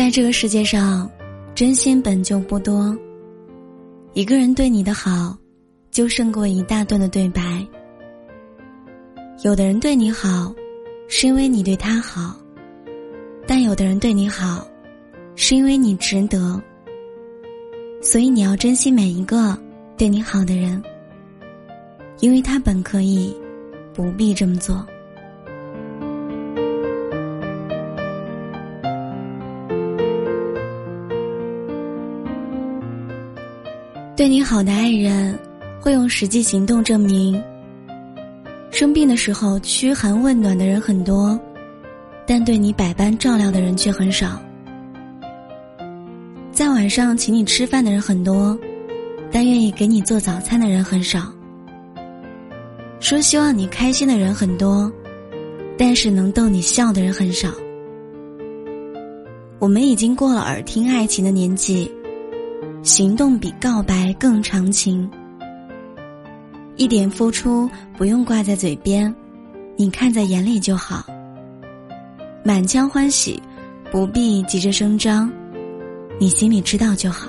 在这个世界上，真心本就不多，一个人对你的好，就胜过一大顿的对白。有的人对你好，是因为你对他好，但有的人对你好，是因为你值得。所以你要珍惜每一个对你好的人，因为他本可以不必这么做。对你好的爱人会用实际行动证明。生病的时候嘘寒问暖的人很多，但对你百般照料的人却很少。在晚上请你吃饭的人很多，但愿意给你做早餐的人很少。说希望你开心的人很多，但是能逗你笑的人很少。我们已经过了耳听爱情的年纪，行动比告白更长情。一点付出不用挂在嘴边，你看在眼里就好。满腔欢喜不必急着声张，你心里知道就好。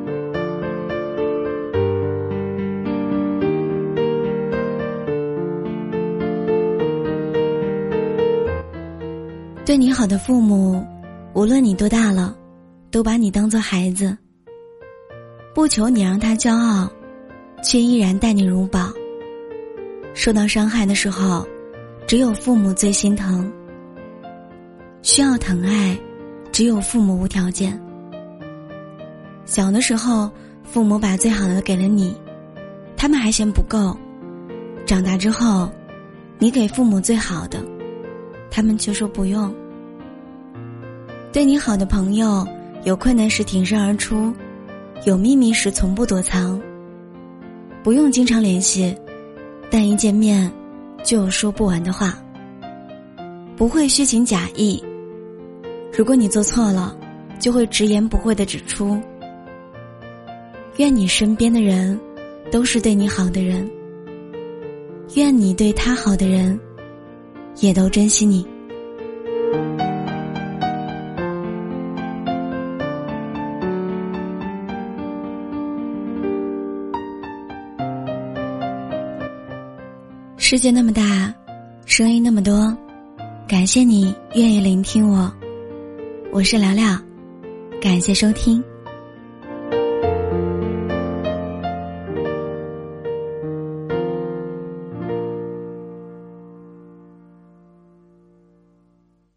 对你好的父母，无论你多大了，都把你当作孩子，不求你让他骄傲，却依然待你如宝。受到伤害的时候，只有父母最心疼。需要疼爱，只有父母无条件。小的时候，父母把最好的给了你，他们还嫌不够。长大之后，你给父母最好的，他们却说不用。对你好的朋友，有困难时挺身而出，有秘密时从不躲藏。不用经常联系，但一见面就有说不完的话。不会虚情假意，如果你做错了，就会直言不讳地指出。愿你身边的人都是对你好的人，愿你对他好的人也都珍惜你。世界那么大，声音那么多，感谢你愿意聆听我。我是聊聊，感谢收听。